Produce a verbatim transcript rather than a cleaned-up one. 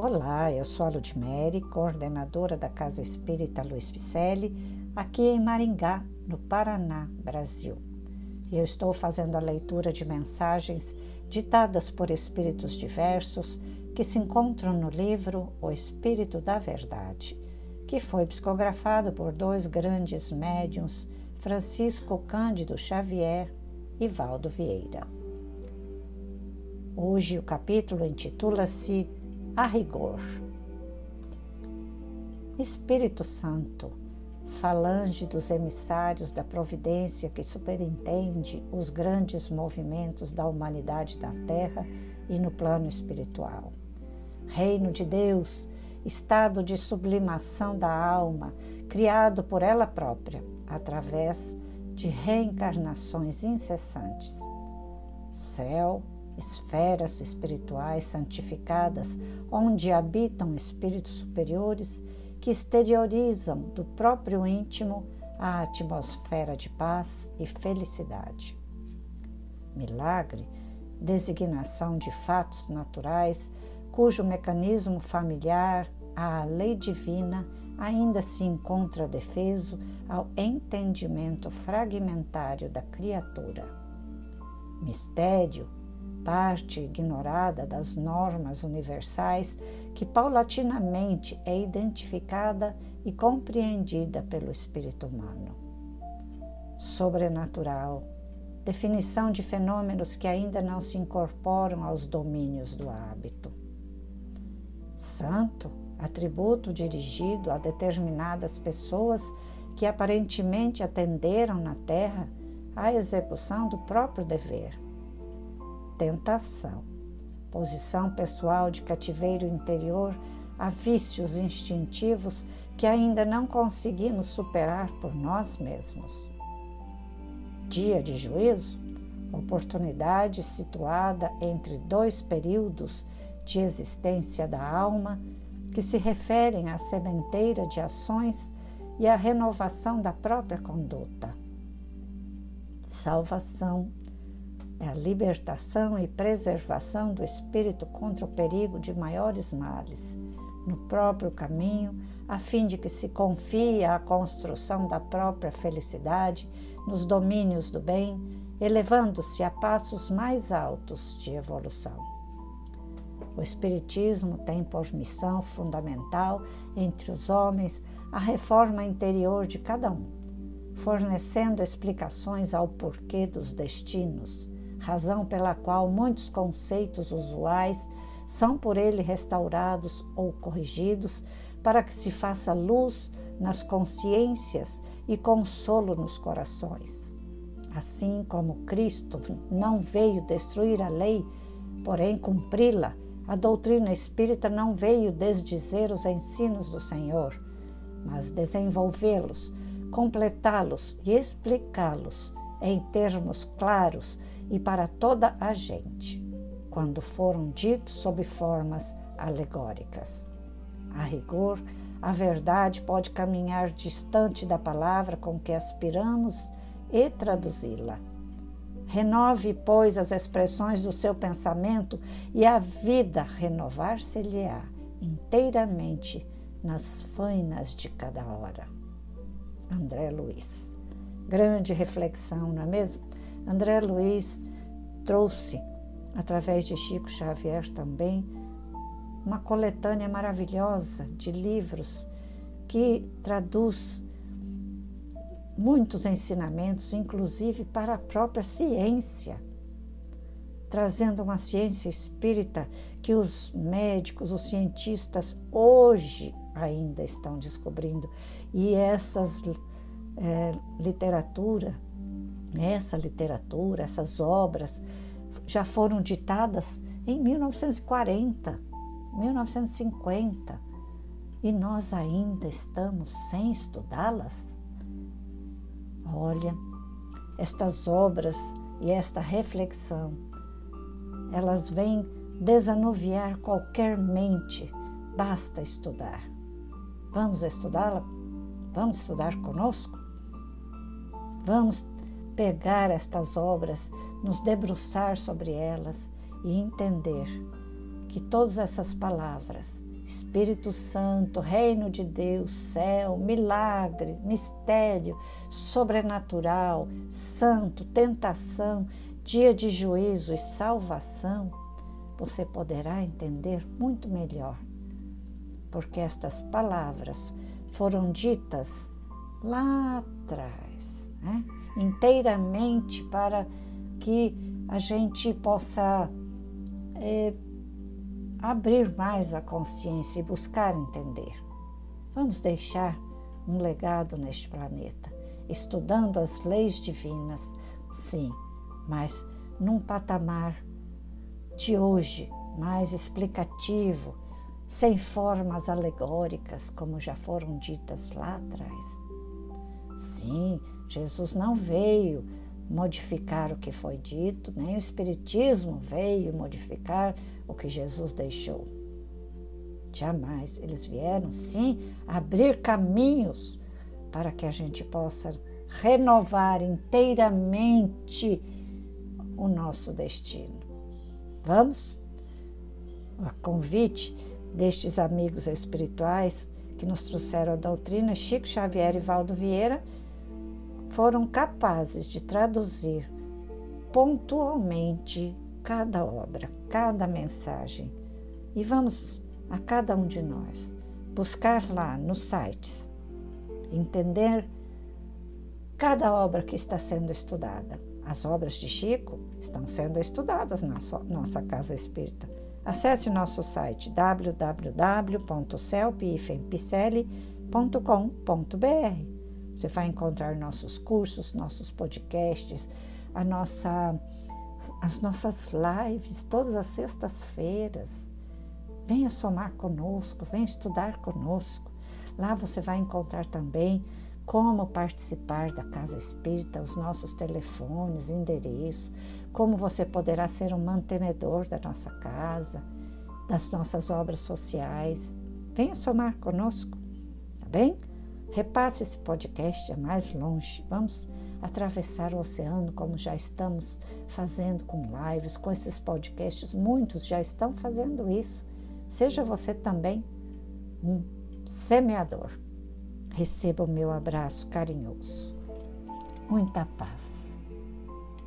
Olá, eu sou a Ludmere, coordenadora da Casa Espírita Luiz Picelli, aqui em Maringá, no Paraná, Brasil. E eu estou fazendo a leitura de mensagens ditadas por espíritos diversos que se encontram no livro O Espírito da Verdade, que foi psicografado por dois grandes médiuns, Francisco Cândido Xavier e Valdo Vieira. Hoje o capítulo intitula-se A Rigor. Espírito Santo, falange dos emissários da providência que superintende os grandes movimentos da humanidade na Terra e no plano espiritual. Reino de Deus, estado de sublimação da alma, criado por ela própria, através de reencarnações incessantes. Céu, esferas espirituais santificadas, onde habitam espíritos superiores que exteriorizam do próprio íntimo a atmosfera de paz e felicidade. Milagre, designação de fatos naturais, cujo mecanismo familiar, a lei divina, ainda se encontra defeso ao entendimento fragmentário da criatura. Mistério, parte ignorada das normas universais que paulatinamente é identificada e compreendida pelo espírito humano. Sobrenatural, definição de fenômenos que ainda não se incorporam aos domínios do hábito. Santo, atributo dirigido a determinadas pessoas que aparentemente atenderam na terra à execução do próprio dever. Tentação, posição pessoal de cativeiro interior a vícios instintivos que ainda não conseguimos superar por nós mesmos. Dia de juízo, oportunidade situada entre dois períodos de existência da alma que se referem à sementeira de ações e à renovação da própria conduta. Salvação é a libertação e preservação do espírito contra o perigo de maiores males, no próprio caminho, a fim de que se confie à construção da própria felicidade nos domínios do bem, elevando-se a passos mais altos de evolução. O Espiritismo tem por missão fundamental entre os homens a reforma interior de cada um, fornecendo explicações ao porquê dos destinos, razão pela qual muitos conceitos usuais são por ele restaurados ou corrigidos para que se faça luz nas consciências e consolo nos corações. Assim como Cristo não veio destruir a lei, porém cumpri-la, a doutrina espírita não veio desdizer os ensinos do Senhor, mas desenvolvê-los, completá-los e explicá-los em termos claros e para toda a gente, quando foram ditos sob formas alegóricas. A rigor, a verdade pode caminhar distante da palavra com que aspiramos e traduzi-la. Renove, pois, as expressões do seu pensamento e a vida renovar-se-lhe-á inteiramente nas fainas de cada hora. André Luiz. Grande reflexão, não é mesmo? André Luiz trouxe, através de Chico Xavier também, uma coletânea maravilhosa de livros que traduz muitos ensinamentos, inclusive para a própria ciência, trazendo uma ciência espírita que os médicos, os cientistas hoje ainda estão descobrindo. E essas é, literatura, essa literatura, essas obras já foram ditadas em mil novecentos e quarenta, mil novecentos e cinquenta, e nós ainda estamos sem estudá-las? Olha, estas obras e esta reflexão, elas vêm desanuviar qualquer mente, basta estudar. Vamos estudá-la? Vamos estudar conosco? Vamos pegar estas obras, nos debruçar sobre elas e entender que todas essas palavras Espírito Santo, Reino de Deus, céu, milagre, mistério, sobrenatural, santo, tentação, dia de juízo e salvação, você poderá entender muito melhor, porque estas palavras foram ditas lá atrás, né? Inteiramente para que a gente possa é, abrir mais a consciência e buscar entender. Vamos deixar um legado neste planeta, estudando as leis divinas, sim, mas num patamar de hoje, mais explicativo, sem formas alegóricas, como já foram ditas lá atrás. Sim, Jesus não veio modificar o que foi dito, nem o Espiritismo veio modificar o que Jesus deixou. Jamais. Eles vieram, sim, abrir caminhos para que a gente possa renovar inteiramente o nosso destino. Vamos? A convite destes amigos espirituais que nos trouxeram a doutrina, Chico Xavier e Valdo Vieira, foram capazes de traduzir pontualmente cada obra, cada mensagem. E vamos, a cada um de nós, buscar lá nos sites, entender cada obra que está sendo estudada. As obras de Chico estão sendo estudadas na nossa Casa Espírita. Acesse o nosso site w w w ponto celp picele ponto com ponto b r. Você vai encontrar nossos cursos, nossos podcasts, a nossa, as nossas lives todas as sextas-feiras. Venha somar conosco, venha estudar conosco. Lá você vai encontrar também como participar da Casa Espírita, os nossos telefones, endereço, como você poderá ser um mantenedor da nossa casa, das nossas obras sociais. Venha somar conosco, tá bem? Repasse esse podcast a mais longe. Vamos atravessar o oceano como já estamos fazendo com lives, com esses podcasts. Muitos já estão fazendo isso. Seja você também um semeador. Receba o meu abraço carinhoso. Muita paz.